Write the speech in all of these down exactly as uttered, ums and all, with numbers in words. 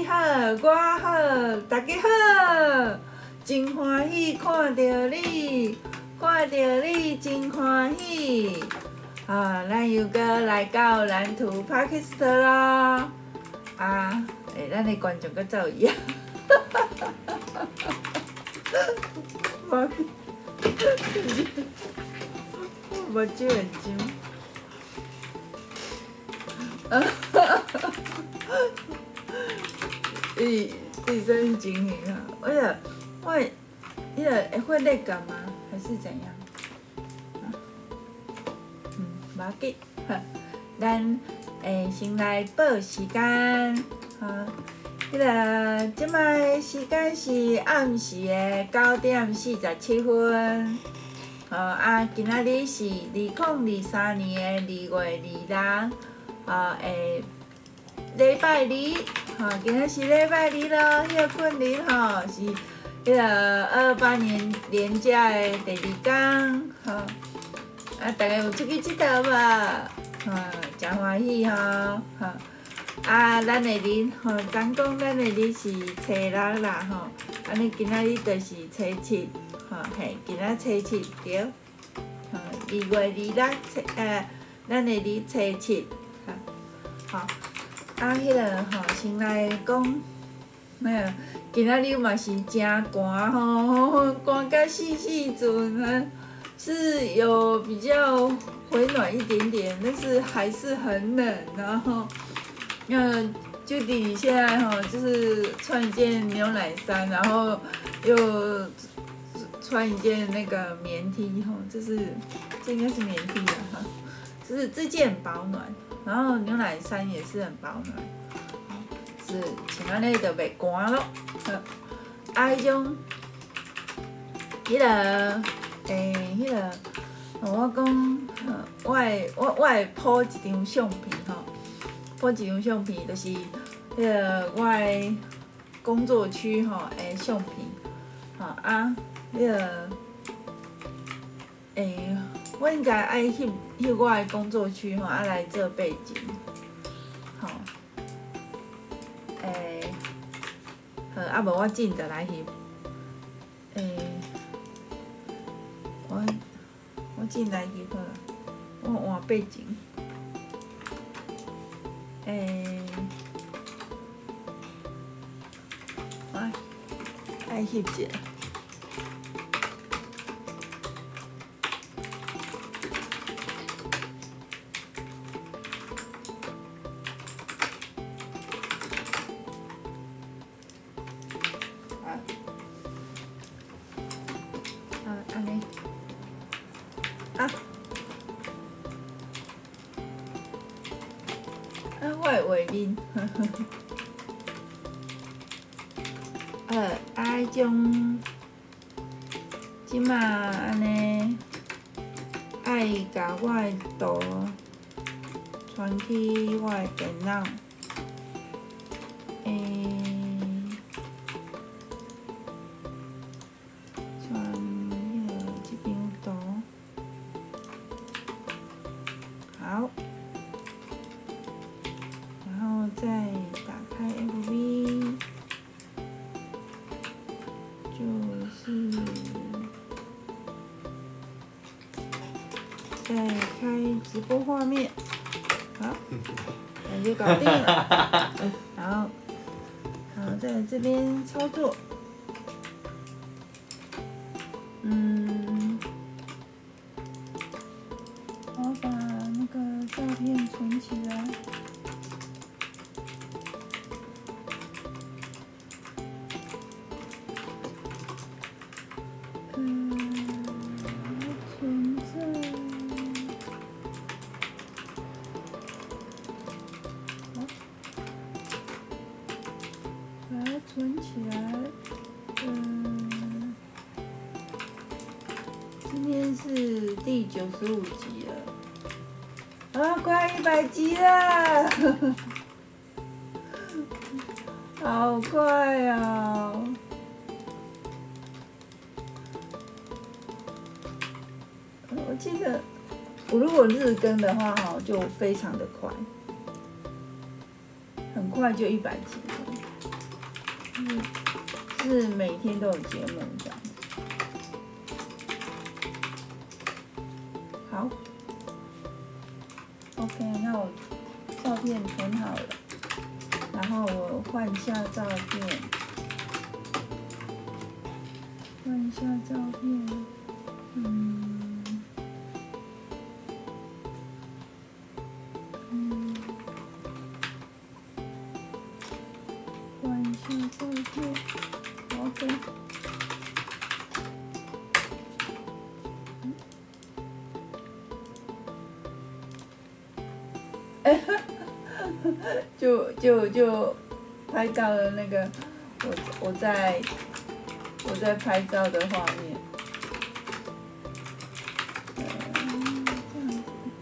好，我好，大家好，真欢喜看到你，看到你真欢喜。啊，咱又搁来到蓝图 Podcast 咯。啊，诶，咱的观众搁走伊啊。目睭会肿。啊哈哈！伊伊什么情形啊？我呀，我迄个会会累感吗？还是怎样？啊、嗯，无要紧，咱诶先来报时间，哈。迄个即摆时间是暗时的九点四十七分，吼啊，今仔日是二零二三年的二月二六，吼诶，礼拜二，吼，今仔是礼拜二咯，迄个困日吼是迄个二八年连假的第二天，吼，啊，大家有出去佚佗无？吼，真欢喜吼，吼。啊，咱的日吼，讲讲咱的日是初六啦吼，安尼今仔日就是初七，吼嘿，今仔初七对，吼二月二六初呃，咱的日初七，吼，吼啊，迄个吼先来讲，那个今仔日嘛是真寒吼，寒到死死阵啊，是有比较回暖一点点，但是还是很冷，然后。那就弟现在哈，就是穿一件牛奶衫，然后又穿一件那个棉 T 哈，这是这应该是棉 T 啊哈，就是这件很保暖，然后牛奶衫也是很保暖，是穿安尼就袂寒咯。啊，迄种迄个诶，迄个我讲，我会我我会铺一张相片吼。铺一张相片，就是迄个我的工作区吼的相片，吼啊，迄个诶，我应该爱翕翕我的工作区吼，啊来做背景，吼，诶，好，啊无我进就来翕，诶，我我进来翕好了，我换背景。诶，我爱翕一下。啊，啊，安尼，啊。啊，我的画面，呃，啊，迄种，即马安尼，爱甲我的图传去我的电脑，诶，传迄个即张图，好。再打开 F B， 就是再开直播画面，好，那就搞定了。然后，好，在这边操作，嗯，我把那个照片存起来。存起来，嗯，今天是第九十五集了，啊，快一百集了，好快哦！我记得，我如果日更的话，哈，就非常的快，很快就一百集了。 是是每天都有节目这样子。好 ，OK， 那我照片存好了，然后我换一下照片，换一下照片，嗯，嗯，换一下照片 ，OK。就就就拍到了那个我我在我在拍照的画面，嗯，这样子，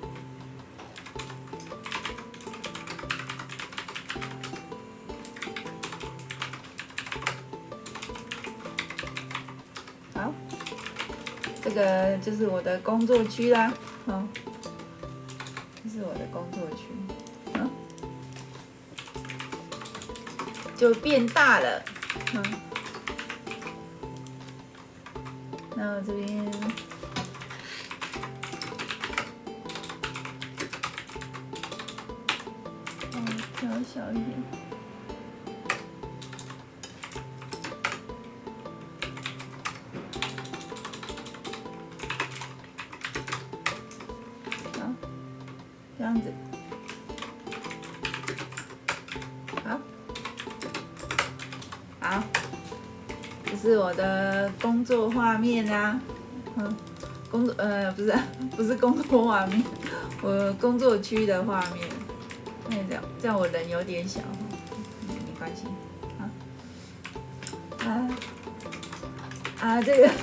好，这个就是我的工作区啦，好，这是我的工作区。就变大了，嗯，然后这边，哦，调小一点，好，这样子，好。好，这是我的工作画面啊，嗯，工作呃不是不是工作画面，我工作区的画面，那这样这样我人有点小，嗯，没关系，啊啊啊这个，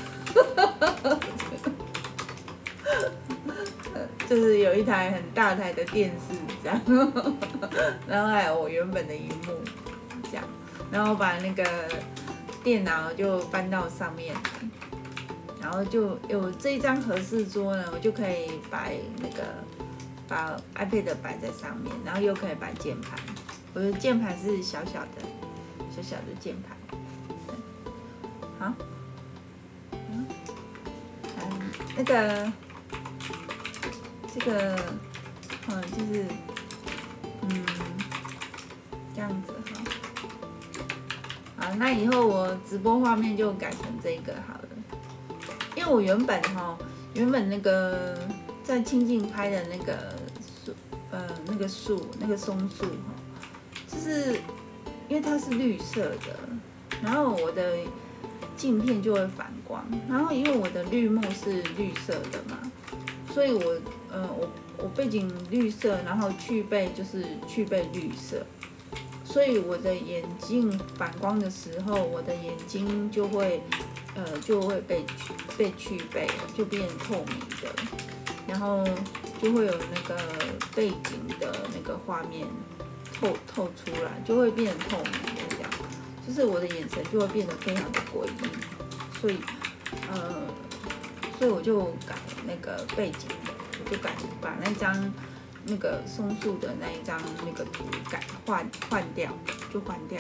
就是有一台很大台的电视这样，然后还有我原本的荧幕这样。然后把那个电脑就搬到上面来，然后就有这一张合适桌呢，我就可以摆那个把 iPad 摆在上面，然后又可以摆键盘。我的键盘是小小的、小小的键盘。好，嗯，那个这个，嗯，就是嗯这样子哈。好，那以后我直播画面就改成这个好了，因为我原本哈，原本那个在清境拍的那个树，呃，那个树，那个松树哈，就是因为它是绿色的，然后我的镜片就会反光，然后因为我的绿幕是绿色的嘛，所以我，呃，我我背景绿色，然后去背就是去背绿色。所以我的眼镜反光的时候，我的眼睛就会，呃，就会被被去背，就变透明的，然后就会有那个背景的那个画面透透出来，就会变透明的这样，就是我的眼神就会变得非常的诡异，所以，呃，所以我就改那个背景，我就改把那张。那个松树的那一张那个图改换换掉，就换掉。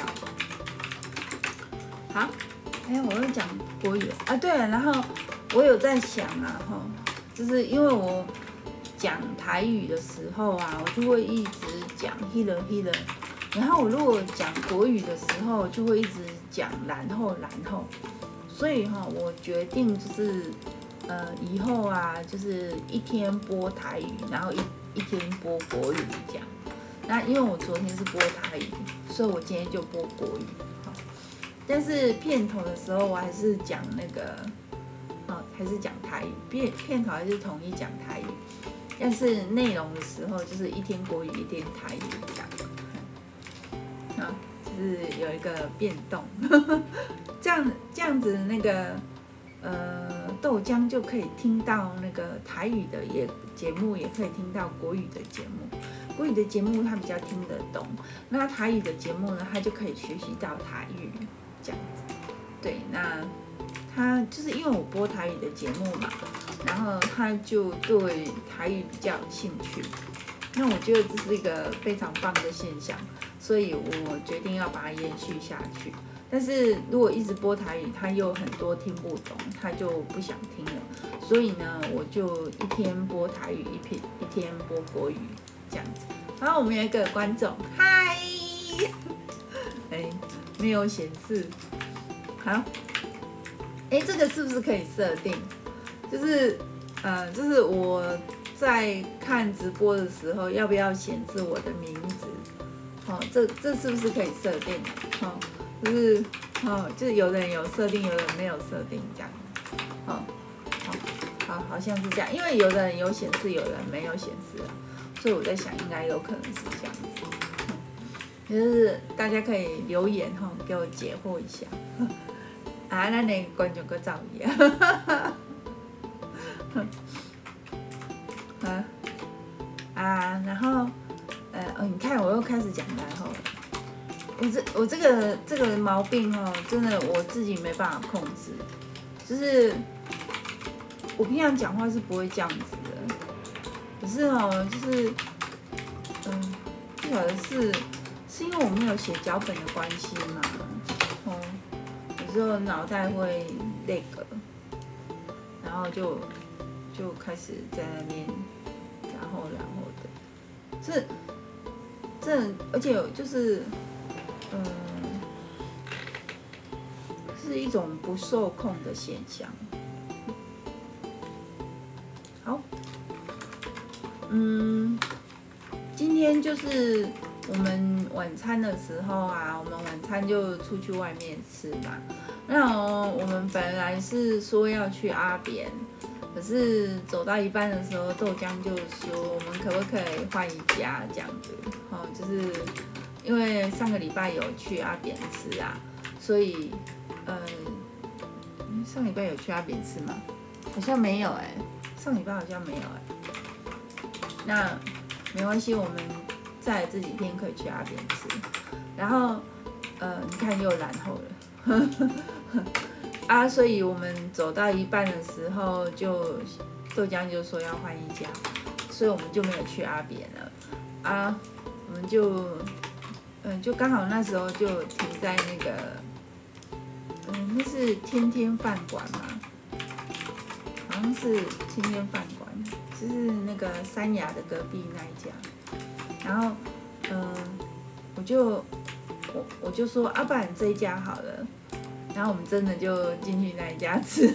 好，哎，我又讲国语啊，对了，然后我有在想啊，哈，就是因为我讲台语的时候啊，我就会一直讲 healer healer， 然后我如果讲国语的时候，就会一直讲然后然后，所以哈，我决定就是呃以后啊，就是一天播台语，然后一。一天播国语这样，那因为我昨天是播台语，所以我今天就播国语。好，但是片头的时候我还是讲那个，哦，还是讲台语，片片头还是统一讲台语，但是内容的时候就是一天国语，一天台语这样。啊，就是有一个变动，这样这样子那个。呃，豆浆就可以听到那个台语的也节目，也可以听到国语的节目。国语的节目他比较听得懂，那台语的节目呢，他就可以学习到台语这样子。对，那他就是因为我播台语的节目嘛，然后他就对台语比较有兴趣。那我觉得这是一个非常棒的现象，所以我决定要把它延续下去。 但是如果一直播台语，他又很多听不懂，他就不想听了。所以呢，我就一天播台语，一天一天播国语这样子。然后我们有一个观众，嗨，哎，没有显示，好，哎，这个是不是可以设定？就是，呃，就是我在看直播的时候，要不要显示我的名字？哦，这这是不是可以设定？哦，就是哦，就是有的人有设定，有的人没有设定这样。哦，好，好，好像是这样，因为有的人有显示，有的人没有显示啊，所以我在想，应该有可能是这样子。嗯，就是大家可以留言哈、哦，给我解惑一下。啊，咱的观众个造诣啊。啊啊，然后呃哦，你看我又开始讲然后了，我这我这个这个毛病哦，真的我自己没办法控制，就是我平常讲话是不会这样子的，可是哦，就是嗯，不晓得是是因为我没有写脚本的关系嘛，哦，有时候脑袋会那个，然后就。就开始在那边，然后然后的，这这而且就是，嗯，是一种不受控的现象。好，嗯，今天就是我们晚餐的时候啊，我们晚餐就出去外面吃嘛。那我们本来是说要去阿扁。可是走到一半的时候，豆浆就说我们可不可以换一家这样子？哦，就是因为上个礼拜有去阿扁吃啊，所以呃，上礼拜有去阿扁吃吗？好像没有哎、欸，上礼拜好像没有哎、欸。那没关系，我们再这几天可以去阿扁吃。然后呃，你看又然后了。啊，所以我们走到一半的时候就，豆浆就说要换一家，所以我们就没有去阿扁了。啊，我们就，嗯，就刚好那时候就停在那个，嗯，那是天天饭馆嘛，好像是天天饭馆，就是那个三亚的隔壁那一家。然后，嗯，我就，我我就说，啊，不然这一家好了。然后我们真的就进去那一家吃，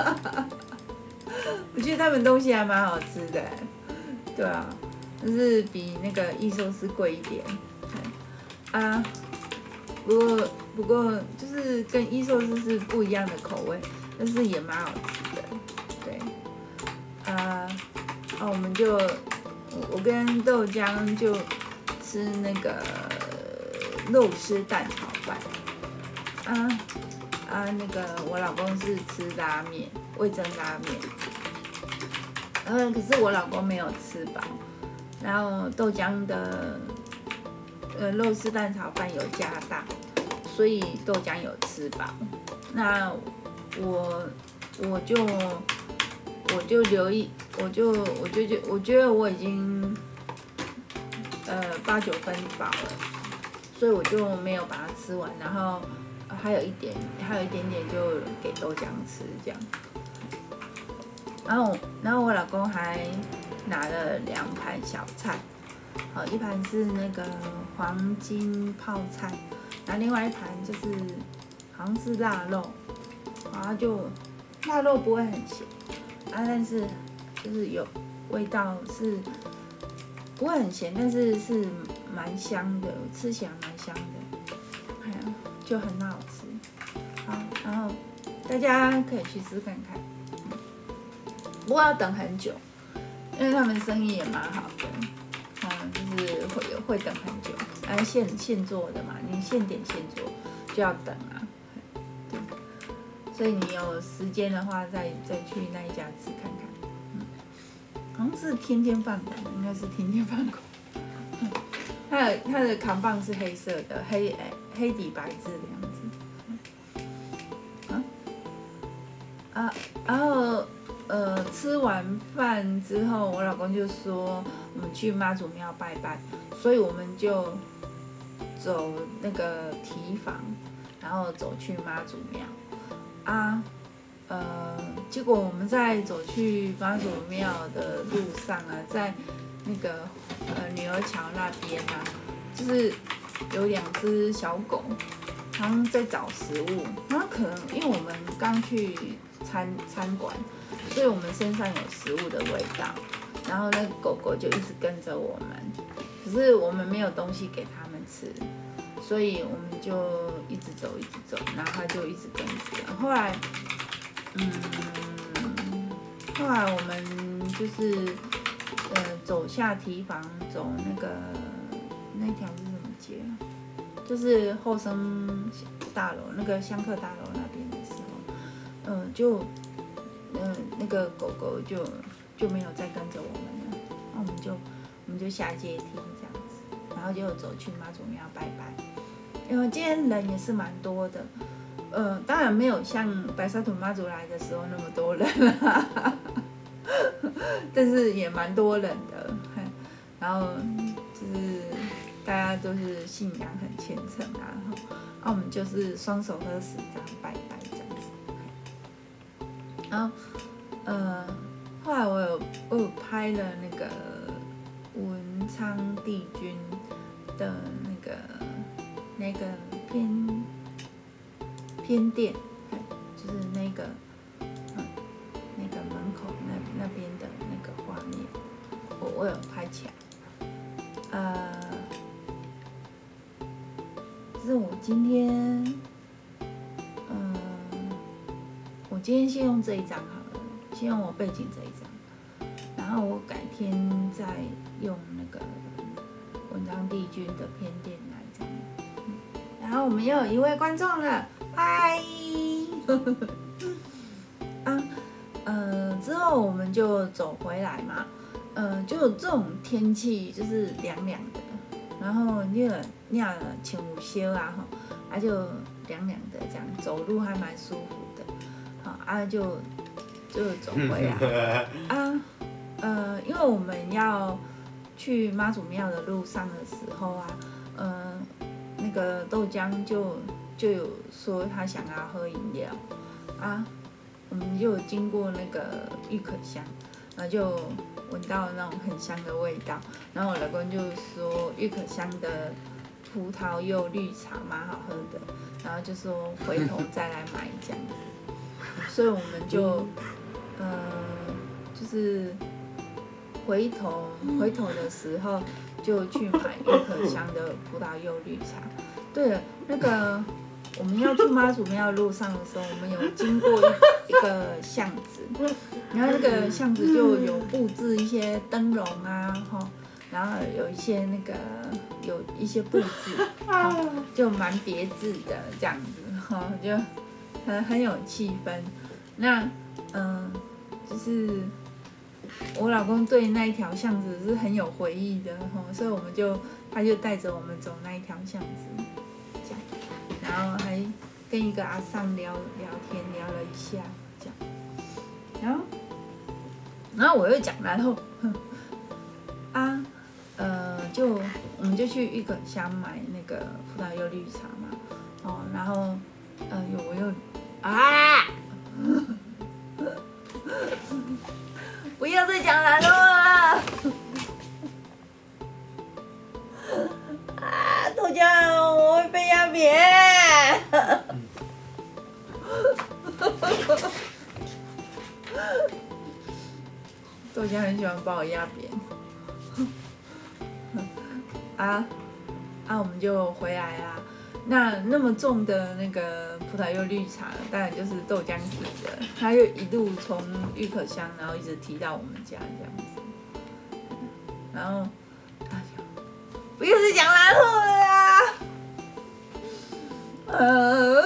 我觉得他们东西还蛮好吃的，对啊，就是比那个艺寿司贵一点，啊，不过不过就是跟艺寿司是不一样的口味，但是也蛮好吃的，对，啊，哦，我们就我跟豆浆就吃那个肉丝蛋炒饭，啊。啊，那个我老公是吃拉面，味噌拉面。嗯，可是我老公没有吃饱。然后豆浆的呃肉丝蛋炒饭有加大，所以豆浆有吃饱。那我我就我就留意，我就我就觉我觉得我已经呃八九分饱了，所以我就没有把它吃完，然后。还有一点，还有一点点就给豆浆吃这样。然后，然后我老公还拿了两盘小菜，好，一盘是那个黄金泡菜，然后另外一盘就是好像是腊肉，然后就腊肉不会很咸，啊，但是就是有味道是不会很咸，但是是蛮香的，吃起来蛮香的，哎呀。就很好吃，好，然后大家可以去试看看，不过要等很久，因为他们生意也蛮好的，嗯，就是会会等很久，啊，现现做的嘛，你现点现做就要等啊，对，所以你有时间的话再再去那一家吃看看，嗯，好像是天天饭馆，应该是天天饭馆，嗯，它的它的扛棒是黑色的，黑诶。黑底白字的样子，啊啊，然后呃吃完饭之后，我老公就说我们去妈祖庙拜拜，所以我们就走那个提防， 然后走去妈祖庙啊。呃，结果我们在走去妈祖庙的路上啊，在那个呃女儿桥那边啊，就是有两只小狗，他们在找食物。然后可能因为我们刚去餐餐馆，所以我们身上有食物的味道，然后那个狗狗就一直跟着我们，可是我们没有东西给它们吃，所以我们就一直走一直走，然后它就一直跟着。后来。嗯，后来我们就是呃走下堤防，走那个那条是什么街啊？就是后生大楼那个香客大楼那边的时候，嗯、呃，就嗯、呃、那个狗狗就就没有再跟着我们了，那我们就我们就下阶梯这样子，然后就走去妈祖庙拜拜，因为今天人也是蛮多的。呃，当然没有像白沙屯妈祖来的时候那么多人啦，但是也蛮多人的。然后就是大家都是信仰很虔诚啊，然后我们就是双手合十这样拜拜这样子。然后呃，后来我有我有拍了那个文昌帝君的那个那个片。偏殿，就是那个，嗯，那个门口那那边的那个画面，我我有拍起来。呃，就是我今天，嗯、呃，我今天先用这一张好了，先用我背景这一张，然后我改天再用那个文昌帝君的偏殿那一张。嗯，然后我们又有一位观众了。嗨，啊，呃，之后我们就走回来嘛，呃，就这种天气就是凉凉的，然后那个那样穿有袖啊吼，啊就凉凉的这样，走路还蛮舒服的，好啊就就走回来啊，呃，因为我们要去妈祖庙的路上的时候啊，呃，那个豆浆就。就有说他想要喝饮料啊，我们就经过那个玉可香，然后就闻到那种很香的味道，然后我老公就说玉可香的葡萄柚绿茶蛮好喝的，然后就说回头再来买这样子，所以我们就呃就是回头回头的时候就去买玉可香的葡萄柚绿茶。对了，那个。我们要去妈祖庙路上的时候，我们有经过一个巷子，然后那个巷子就有布置一些灯笼啊，哈，然后有一些那个有一些布置，就蛮别致的这样子，哈，就很很有气氛。那嗯、呃，就是我老公对那一条巷子是很有回忆的，哈，所以我们就他就带着我们走那一条巷子。然后还跟一个阿桑聊聊天，聊了一下，这样，然后，然后我又讲，然后，啊，呃，就我们就去玉可香买那个葡萄柚绿茶嘛，哦，然后，呃，有我又，啊，不要再讲然后了。啊，豆浆，我会被压扁。豆浆很喜欢把我压扁。啊啊，我们就回来啦。那那么重的那个葡萄柚绿茶，当然就是豆浆提的，他又一路从玉可香，然后一直提到我们家这样子，然后。不要再讲然后了啦！呃，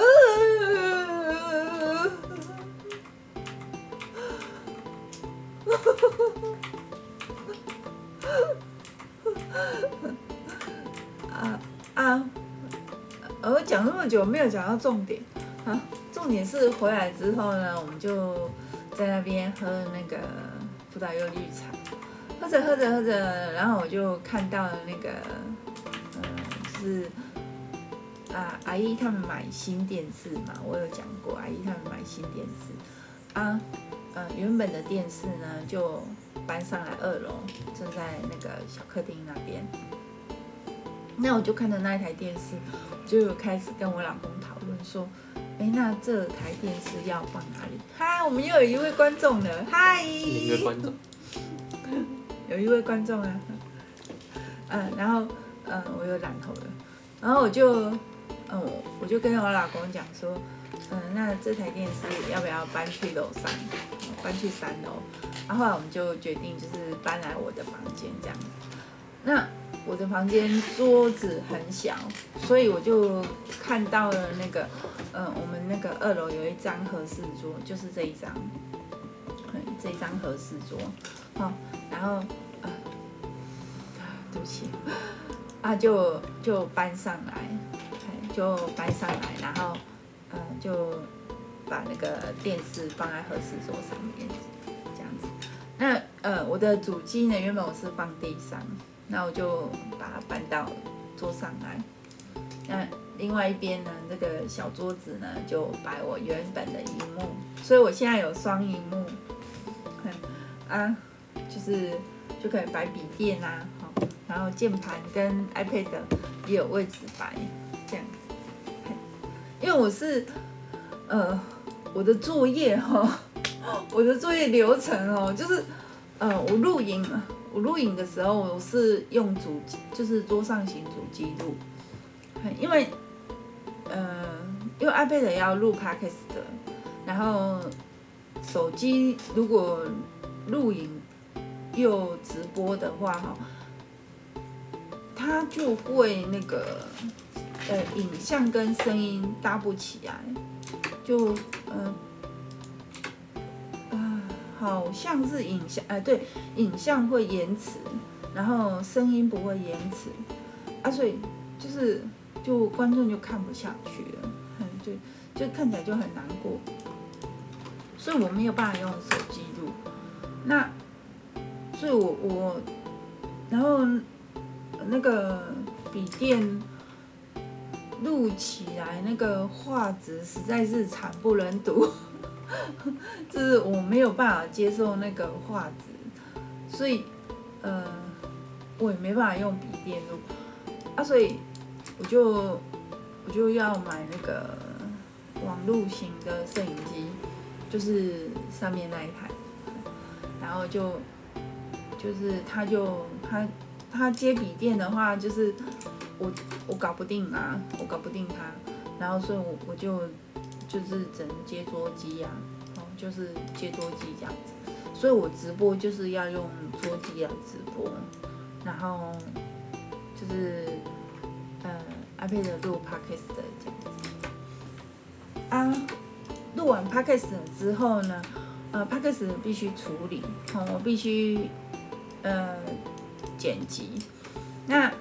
啊啊！我讲那么久没有讲到重点啊，重点是回来之后呢，我们就在那边喝那个葡萄柚绿茶。喝着喝着喝着，然后我就看到了那个，呃，是啊啊，阿姨他们买新电视嘛，我有讲过，阿姨他们买新电视啊，呃，原本的电视呢就搬上来二楼，正在那个小客厅那边。那我就看着那一台电视，就有开始跟我老公讨论说，哎，那这台电视要放哪里？嗨，我们又有一位观众了，嗨， 一位观众， 有一位观众啊，嗯，然后嗯，我有染头了，然后我就嗯，我就跟我老公讲说，嗯，那这台电视要不要搬去楼上，搬去三楼？然后后来我们就决定就是搬来我的房间这样子。那我的房间桌子很小，所以我就看到了那个，嗯，我们那个二楼有一张和室桌，就是这一张，嗯，这一张和室桌，好，然后，呃，对不起，啊，就就搬上来，就搬上来，然后，嗯，就把那个电视放在和室桌上面，这样子。那呃，我的主机呢，原本我是放地上。那我就把它搬到桌上来。那另外一边呢，这个小桌子呢，就摆我原本的萤幕，所以我现在有双萤幕，啊，就是就可以摆笔电啊，好，然后键盘跟 iPad 也有位置摆，这样子。因为我是呃我的作业哈，我的作业流程哦，就是呃我录影啊。我录影的时候，我是用主机，就是桌上型主机录，因为，呃，因为 iPad 要录 Podcast 的，然后手机如果录影又直播的话，哈，它就会那个，呃，影像跟声音搭不起来，就，呃。好像是影像，哎、呃，对，影像会延迟，然后声音不会延迟，啊，所以就是就观众就看不下去了，嗯，就就看起来就很难过，所以我没有办法用手机录，那，所以我我，然后那个笔电录起来那个画质实在是惨不忍睹。就是我没有办法接受那个画质，所以呃，我也没办法用笔电录啊，所以我就我就要买那个网路型的摄影机，就是上面那一台，然后就就是它就它它接笔电的话，就是我我搞不定啊，我搞不定它，然后所以我我就。就是只能接桌机啊，哦，就是接桌机这样子，所以我直播就是要用桌机来直播，然后就是呃 iPad 录 Podcast 的这样子。啊，录完 Podcast 之后呢，呃 Podcast 必须处理，哦，我必须呃剪辑。那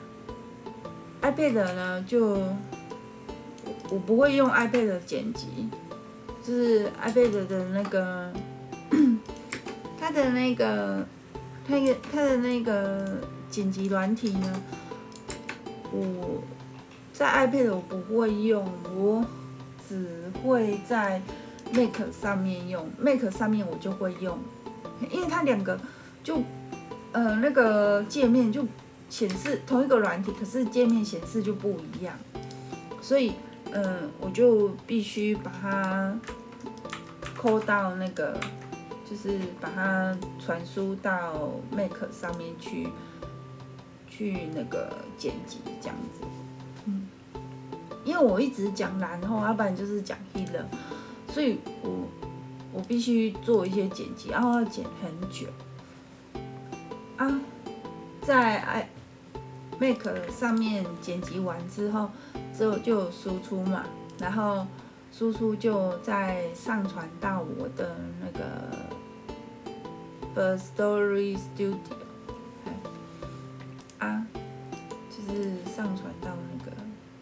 iPad 呢就。我不会用 iPad 剪辑，就是 iPad 的那个，它的那个，它的它的那个剪辑软体呢，我在 iPad 我不会用，我只会在 Mac 上面用 ，Mac 上面我就会用，因为它两个就呃那个界面就显示同一个软体，可是界面显示就不一样，所以。嗯，我就必须把它抠到那个，就是把它传输到 Mac 上面去，去那个剪辑这样子。嗯，因为我一直讲然后，要不然就是讲 Hitler， 所以我我必须做一些剪辑，然后要剪很久。啊，在 i Mac 上面剪辑完之后。之后就有输出嘛，然后输出就再上传到我的那个 First Story Studio， 啊，就是上传到那个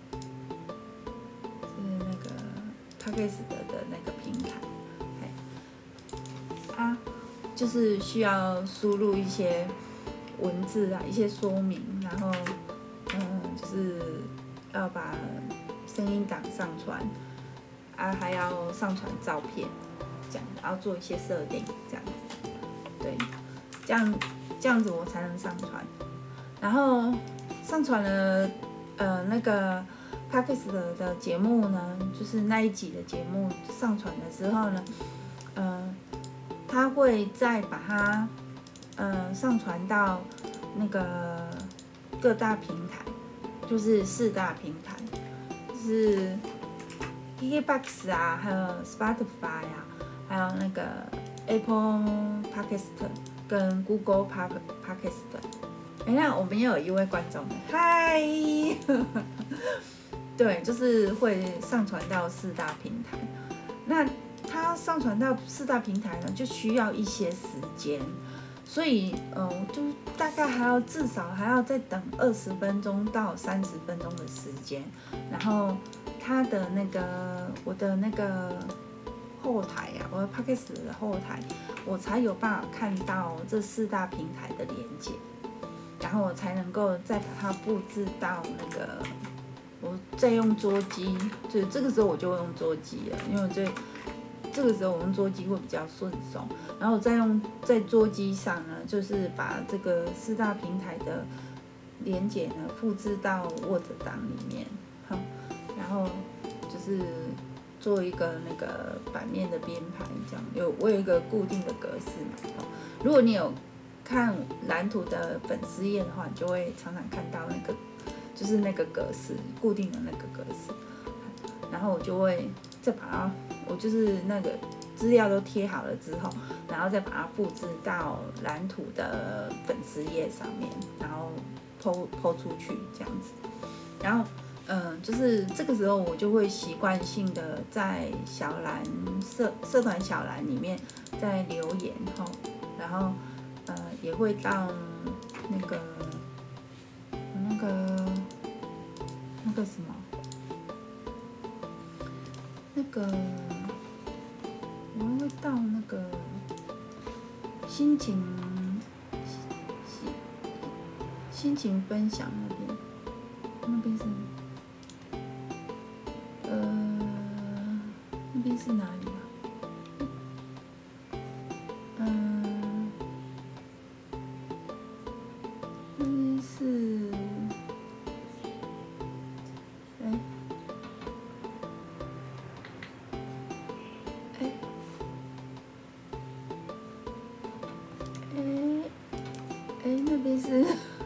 是那个 Podcast 的那个平台，啊，就是需要输入一些文字啊，一些说明，然后嗯，就是。要把声音档上传，啊，还要上传照片，这样，然后做一些设定，这样子，对，这样这样子我才能上传。然后上传了呃那个 Podcast 的节目呢，就是那一集的节目上传的时候呢，呃，他会再把它呃上传到那个各大平台，就是四大平台，是 K K B O X 啊，还有 Spotify 啊，还有那个 Apple Podcast 跟 Google Podcast。哎，那我们也有一位观众的，嗨，对，就是会上传到四大平台。那它上传到四大平台呢，就需要一些时间，所以呃，就大概还要至少还要再等二十分钟到三十分钟的时间，然后它的那个我的那个后台啊，我的 Podcast 的后台，我才有办法看到这四大平台的连接。然后我才能够再把它布置到那个，我再用桌机，就是这个时候我就会用桌机了，因为我这这个时候我用桌机会比较顺手。然后我再用在桌机上呢，就是把这个四大平台的连结呢复制到 Word 档里面，好，然后就是做一个那个版面的编排，这样有我有一个固定的格式嘛。如果你有看蓝图的粉丝页的话，你就会常常看到那个，就是那个格式，固定的那个格式。然后我就会再把它，我就是那个资料都贴好了之后，然后再把它布置到蓝图的粉丝页上面，然后po po出去这样子。然后，嗯、呃，就是这个时候我就会习惯性的在小蓝社社团小蓝里面在留言哈，然后。呃，也会到那个那个那个什么，那个我会到那个心情心心情分享那边，那边是呃那边是哪里啊？嗯、呃。是，哎，哎，哎，哎，那边是，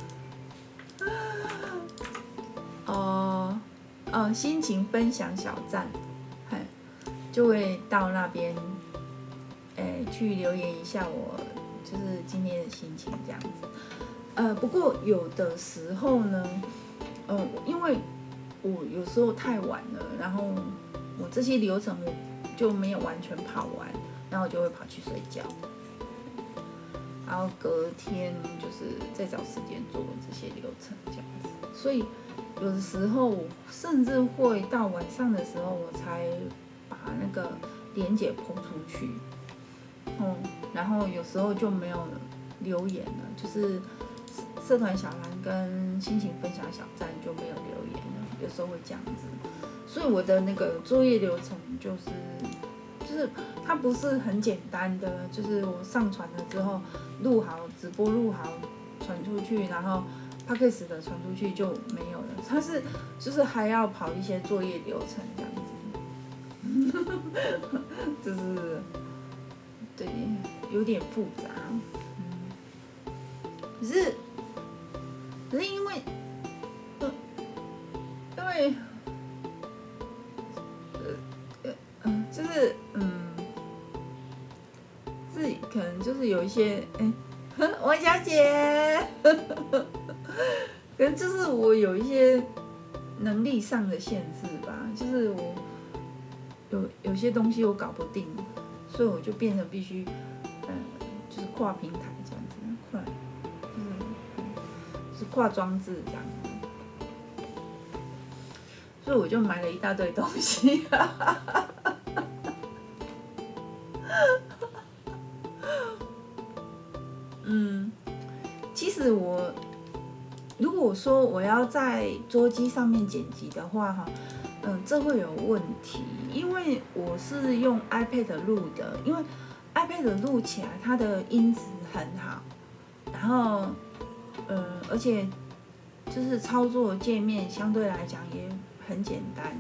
哦，哦，心情分享小站，嘿，就会到那边，哎，去留言一下我就是今天的心情这样子。呃，不过有的时候呢，呃，因为我有时候太晚了，然后我这些流程我就没有完全跑完，然后我就会跑去睡觉，然后隔天就是再找时间做这些流程这样子。所以有的时候甚至会到晚上的时候，我才把那个连结抛出去，哦，然后有时候就没有留言了，就是社团小蓝跟心情分享小站就没有留言了，有时候会这样子。所以我的那个作业流程就是就是它不是很简单的，就是我上传了之后录好直播录好传出去，然后 Podcast 的传出去就没有了，它是就是还要跑一些作业流程这样子，就是对有点复杂，嗯，可是可是因为呃因为呃嗯就是嗯自己可能就是有一些哎。王小姐，可能就是我有一些能力上的限制吧，就是我有有些东西我搞不定，所以我就变成必须，嗯，就是跨平台这样子，跨，就是、嗯、是跨装置这样子，所以我就买了一大堆东西。嗯，其实我如果说我要在桌机上面剪辑的话，哈， 嗯，这会有问题，因为我是用 iPad 录的，因为 iPad 录起来它的音质很好，然后呃，而且就是操作界面相对来讲也很简单，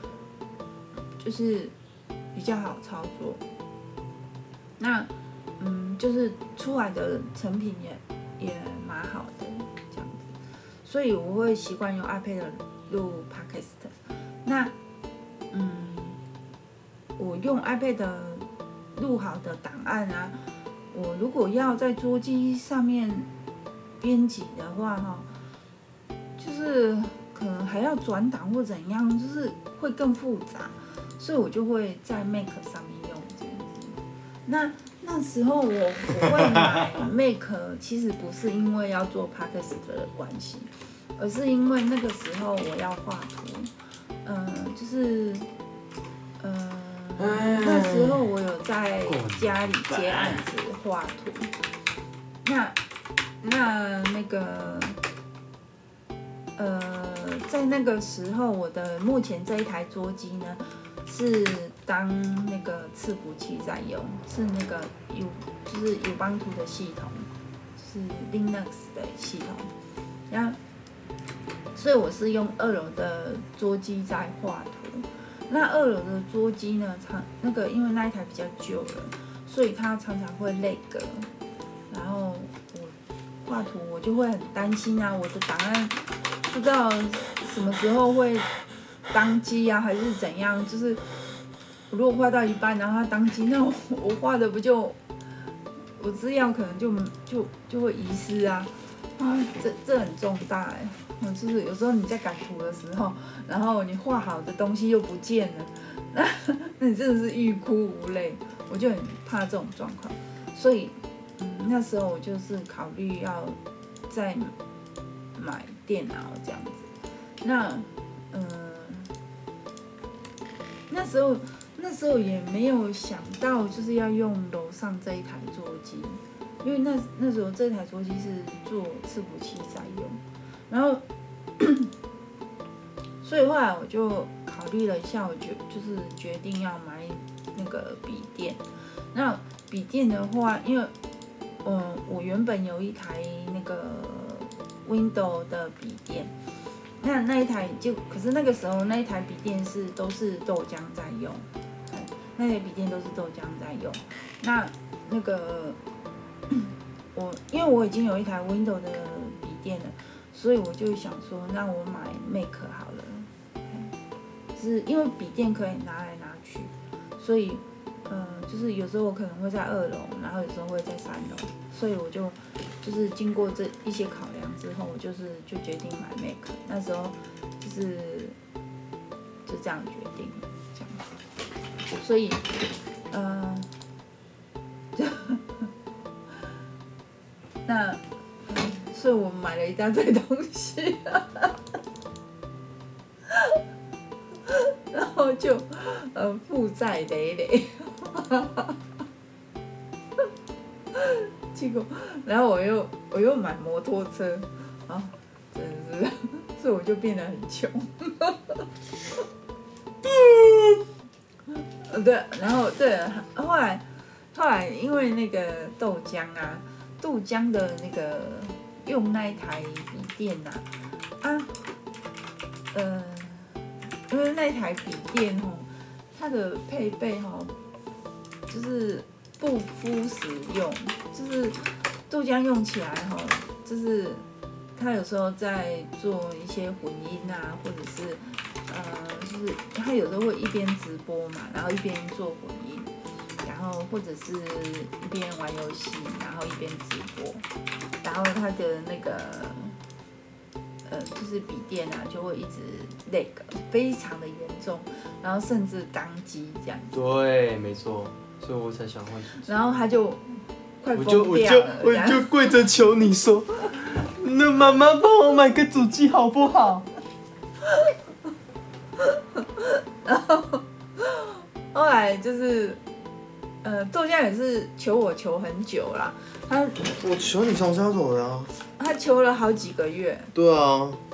就是比较好操作。那嗯，就是出来的成品也也蛮好的这样子，所以我会习惯用 iPad 录 Podcast。那嗯，我用 iPad 录好的档案啊，我如果要在桌机上面编辑的话哈，就是可能还要转档或怎样，就是会更复杂，所以我就会在 Mac 上面用这样子。那那时候我我会买 Mac， 其实不是因为要做 Podcast 的关系，而是因为那个时候我要画图，嗯、呃，就是，呃，那时候我有在家里接案子画图，那那那个，呃，在那个时候我的目前这一台桌机呢，是当那个伺服器在用，是那个 U 就是 Ubuntu 的系统，是 Linux 的系统，然后，所以我是用二楼的桌机在画图。那二楼的桌机呢，常那个因为那一台比较旧了，所以它常常会lag，然后我画图我就会很担心啊，我的档案不知道什么时候会当机啊，还是怎样？就是我如果画到一半，然后它当机，那我我画的不就我资料可能就就就会遗失啊！啊，这这很重大哎、欸，就是有时候你在赶图的时候，然后你画好的东西又不见了，那那你真的是欲哭无泪。我就很怕这种状况，所以嗯那时候我就是考虑要再买电脑这样子。那嗯、呃、那时候那时候也没有想到就是要用楼上这一台桌机。因为那那时候这台桌机是做伺服器在用，然后，所以后来我就考虑了一下，我决就是决定要买那个笔电。那笔电的话，因为嗯，我原本有一台那个 Windows 的笔电，那那一台就可是那个时候那一台笔电是都是豆浆在用，那台笔电都是豆浆在用，那那个。我因为我已经有一台 Windows 的笔电了，所以我就想说，那我买 Mac 好了。是因为笔电可以拿来拿去，所以，呃，就是有时候我可能会在二楼，然后有时候会在三楼，所以我就就是经过这一些考量之后，我就是就决定买 Mac。那时候就是就这样决定，这样，所以，呃，就。那，所以我买了一大堆东西，然后就呃负债累累，结果，然后我又我又买摩托车，啊，真是，所以我就变得很穷。对，然后对，后来后来因为那个豆浆啊。豆浆的那个用那一台笔电呐、啊，啊，呃，因为那一台笔电吼，它的配备吼，就是不敷使用，就是豆浆用起来吼，就是它有时候在做一些混音啊，或者是呃，就是它有时候会一边直播嘛，然后一边做混音。然后或者是一边玩游戏，然后一边直播，然后它的那个呃，就是笔电啊，就会一直那个非常的严重，然后甚至当机这样子。 对，没错，所以我才想换手机。 然后他就快疯掉了，我就我就我就跪着求你说，那妈妈帮我买个主机好不好？ 然后后来就是。呃，豆浆也是求我求很久啦，他我求你从家走的啊， 他求了好几个月。 对啊，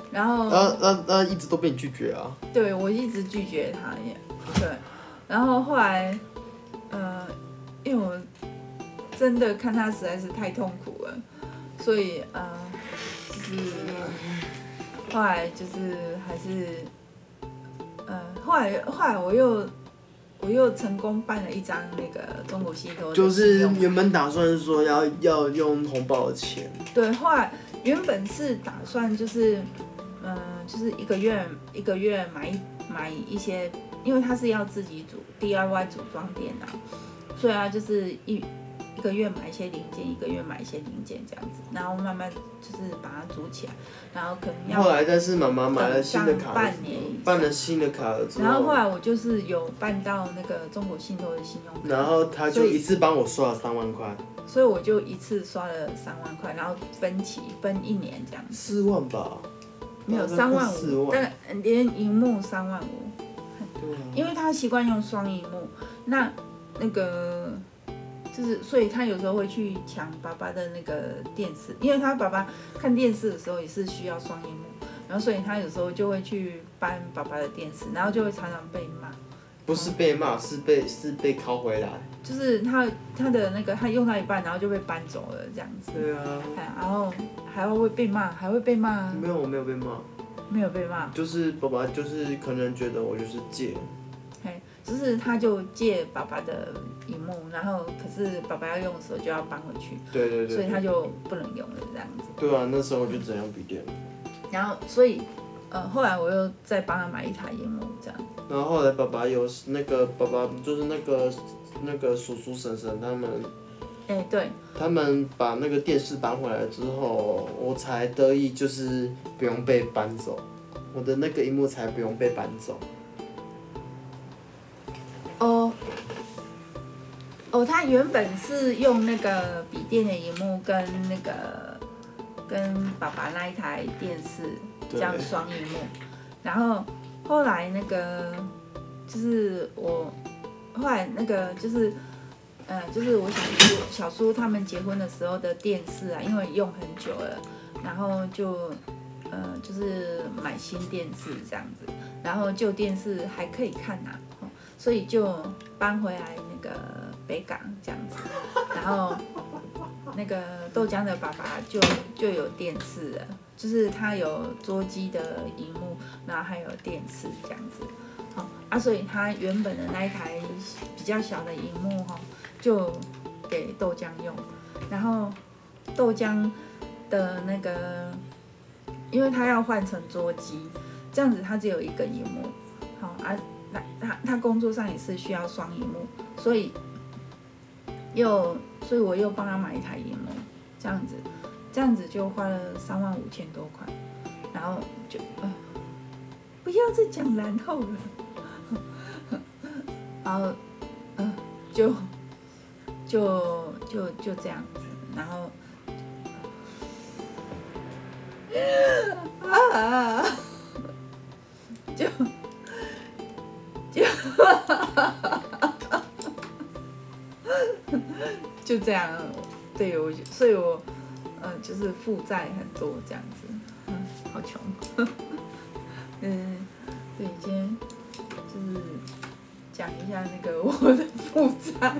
然后那那那一直都被你拒绝啊？ 对我一直拒绝他也对，然后后来呃，因为我真的看他实在是太痛苦了，所以呃，就是后来就是还是呃，后来后来我又我又成功办了一张那个中国信托的就是信用卡原本打算说要要用红包的钱， 对，后来原本是打算就是嗯、呃，就是一个月一个月买一买一些，因为他是要自己组 D I Y 组装电脑，所以啊就是一。一个月买一些零件，一个月买一些零件这样子，然后慢慢就是把它组起来，然后可能要后来但是妈妈买了新的卡， 半年办了新的卡了之后， 然后后来我就是有办到那个中国信托的信用卡， 然后他就一次帮我刷了三万块， 所以我就一次刷了三万块，然后分期分一年这样子。 四万吧？ 没有三万五，但连荧幕三万五。 对啊。 因为他习惯用双荧幕，那那个。就是，所以他有时候会去抢爸爸的那个电视，因为他爸爸看电视的时候也是需要双荧幕，然后所以他有时候就会去搬爸爸的电视，然后就会常常被骂。 不是被骂，是被是被拷回来。 就是他他的那个他用到一半，然后就被搬走了这样子。 对啊。 然后还会被骂，还会被骂。 没有，我没有被骂。 没有被骂。 就是爸爸就是可能觉得我就是借。 嘿，就是他就借爸爸的荧幕，然后可是爸爸要用的时候就要搬回去， 对对 对, 对， 所以他就不能用了这样子。 对啊，那时候我就只能用笔电。 然后所以呃后来我又再帮他买一台荧幕这样。 然后后来爸爸有那个爸爸就是那个那个叔叔婶婶他们， 哎、欸、对， 他们把那个电视搬回来之后，我才得以就是不用被搬走，我的那个荧幕才不用被搬走。 哦，哦，他原本是用那个笔电的荧幕跟那个跟爸爸那一台电视这样双荧幕，然后后来那个就是我后来那个就是呃就是我小叔小叔他们结婚的时候的电视啊，因为用很久了，然后就呃就是买新电视这样子，然后旧电视还可以看呐、啊。所以就搬回来那个北港这样子，然后那个豆浆的爸爸就就有电视了，就是他有桌机的荧幕，然后还有电视这样子，好啊，所以他原本的那一台比较小的荧幕哈，就给豆浆用，然后豆浆的那个，因为他要换成桌机，这样子他只有一个荧幕，好啊。他他他工作上也是需要双荧幕，所以又所以我又帮他买一台荧幕，这样子，这样子就花了三万五千多块，然后就呃不要再讲然后了，然后呃就就就就这样子，然后啊就。就就这样，对我，所以我呃就是负债很多这样子，嗯，好穷，嗯，对，今天就是讲一下那个我的负债。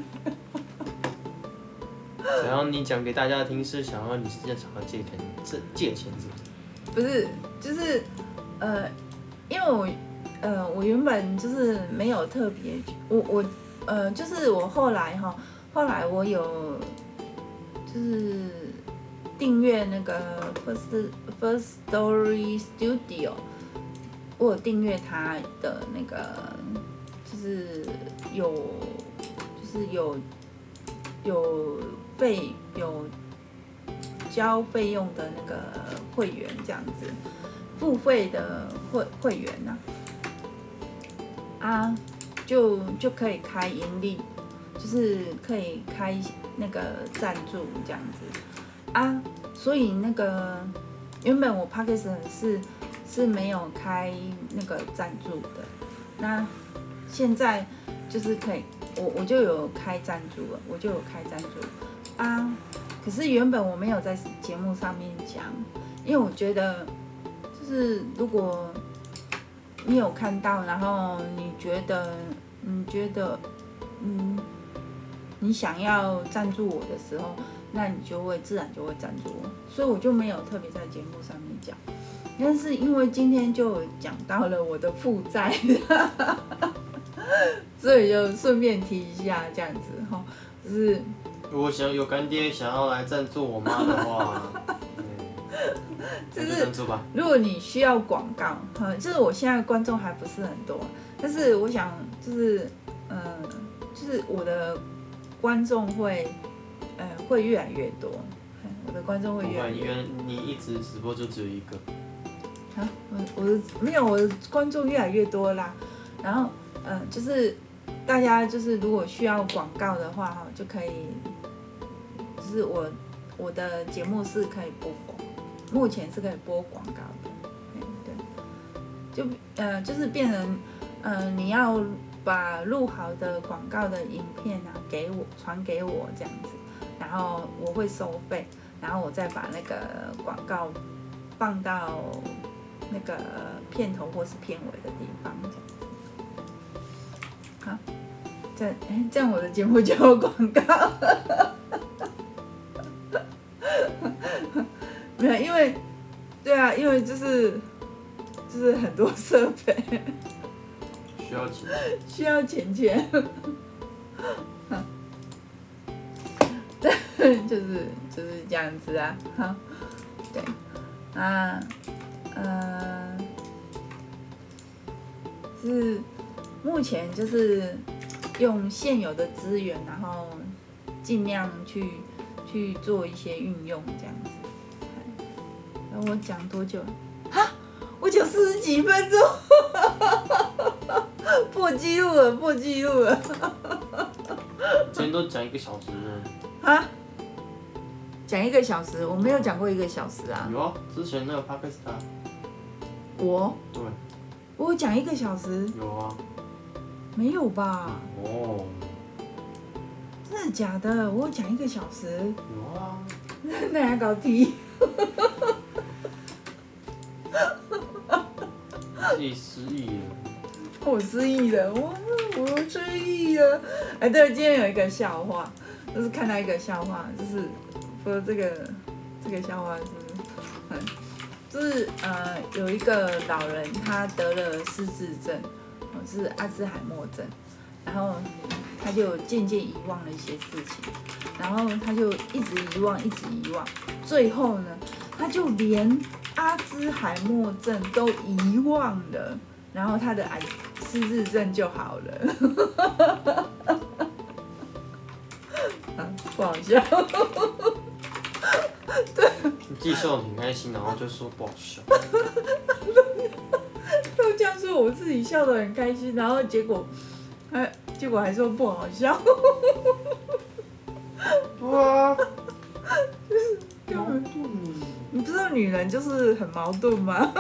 想要你讲给大家听是想要你是想要借钱，这借钱是？ 不是，就是呃，因为我。呃，我原本就是没有特别，我我呃，就是我后来哈，后来我有就是订阅那个 First First Story Studio， 我有订阅他的那个，就是有就是有有费有交费用的那个会员这样子，付费的会会员呐、啊。啊，就就可以开盈利，就是可以开那个赞助这样子啊，所以那个原本我 Podcast 是是没有开那个赞助的，那现在就是可以，我我就有开赞助了，我就有开赞助啊，可是原本我没有在节目上面讲，因为我觉得就就是如果你有看到，然后你觉得你觉得嗯你想要赞助我的时候，那你就会自然就会赞助我，所以我就没有特别在节目上面讲。但是因为今天就讲到了我的负债，所以就顺便提一下这样子哈，就是如果想有干爹想要来赞助我妈的话，嗯， 就是赞助吧。 如果你需要广告，哈，就是我现在观众还不是很多，但是我想就是嗯，就是我的观众会呃会越来越多，我的观众会越来越多。 因为你一直直播就只有一个。 啊，我我的没有，我的观众越来越多啦。然后，嗯、呃，就是大家就是如果需要广告的话，哈，就可以，就是我我的节目是可以播广，目前是可以播广告的，嗯，对，就呃就是变成，呃你要把录好的广告的影片啊给我传给我这样子，然后我会收费，然后我再把那个广告放到那个片头或是片尾的地方，这样子。好，这哎，这样我的节目就有广告。没有，因为对啊，因为就是就是很多设备需要钱， 需要钱钱。就是就是这样子啊，哈，对，啊。呃，是目前就是用现有的资源，然后尽量去去做一些运用，这样子。然后我讲多久？哈，我讲四十几分钟，破纪录了，破纪录了。 今天都讲一个小时了。 啊？讲一个小时？我没有讲过一个小时啊。 有啊，之前那个 podcast 啊。 我对， 我讲一个小时， 有啊， 没有吧？ 哦， 真的假的？我讲一个小时， 有啊， 那还搞题？ 自己失忆了， 我失忆了，我我失忆了。哎，对，今天有一个笑话，就是看到一个笑话，就是说这个这个笑话是很。就是呃，有一个老人，他得了失智症，哦，是阿兹海默症，然后他就渐渐遗忘了一些事情，然后他就一直遗忘，一直遗忘，最后呢，他就连阿兹海默症都遗忘了，然后他的癌失智症就好了，啊，不好笑。对， 你自己笑得挺开心，然后就说不好笑。 都这样说，我自己笑得很开心，然后结果，还结果还说不好笑。 对啊， 就是矛盾。你不知道女人就是很矛盾吗？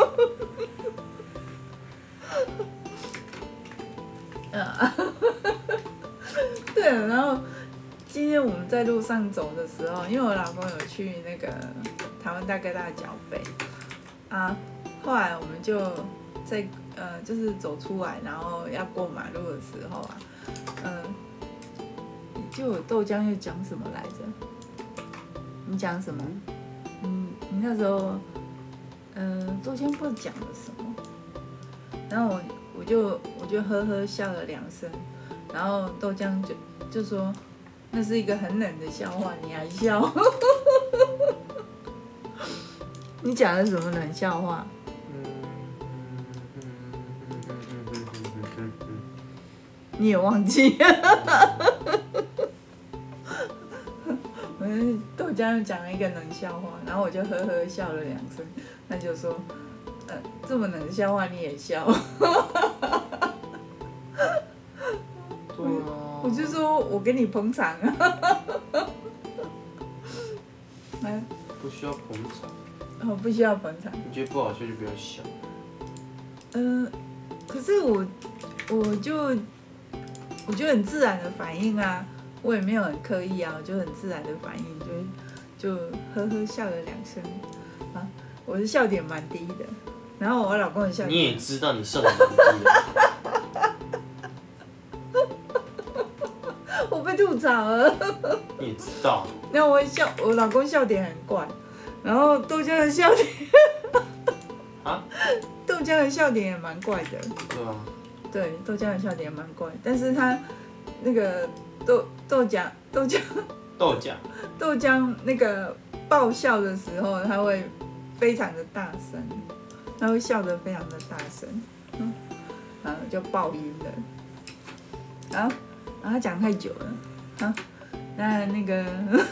对，然后。今天我们在路上走的时候，因为我老公有去那个台湾大哥大缴费啊，后来我们就在呃就是走出来，然后要过马路的时候啊，嗯、呃，就有豆浆又讲什么来着？你讲什么？嗯，你那时候，嗯、呃，豆浆不知道讲了什么，然后我我就我就呵呵笑了两声，然后豆浆就就说。那是一个很冷的笑话，你还笑？你讲的什么冷笑话？你也忘记了？我们豆浆讲了一个冷笑话，然后我就呵呵笑了两声，他就说：“呃，这么冷的笑话你也笑？”我就说我给你捧场啊， 不需要捧场， 哦，不需要捧场。 你觉得不好笑就不要笑。 嗯、呃，可是我我就我就很自然的反应啊，我也没有很刻意啊，我就很自然的反应，就就呵呵笑了两声啊，我的笑点蛮低的。 然后我老公的笑点， 你也知道你上了年纪了。 我被吐槽了。 你也知道。 然后我笑，我老公笑点很怪，然后豆浆的笑点， 啊？ 豆浆的笑点也蛮怪的。 对啊。 对，豆浆的笑点也蛮怪，但是他那个豆豆浆豆浆豆浆豆浆那个爆笑的时候，他会非常的大声，他会笑得非常的大声，嗯，然后就爆音了。然后，然后他讲太久了，啊，那那个，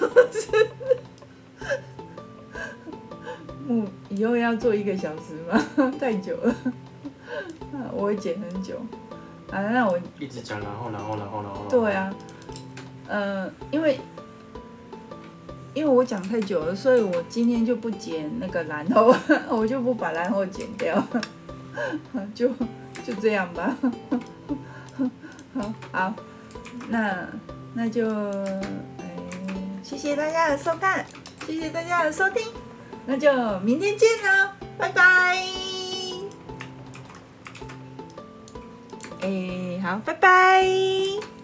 嗯，以后要做一个小时吗？太久了，我会剪很久。啊，那我一直讲，然后，然后，然后，然后。 对啊，呃，因为因为我讲太久了，所以我今天就不剪那个然后，我就不把然后剪掉，就就这样吧。好，好，那那就，哎，谢谢大家的收看，谢谢大家的收听，那就明天见喽，拜拜。哎，好，拜拜。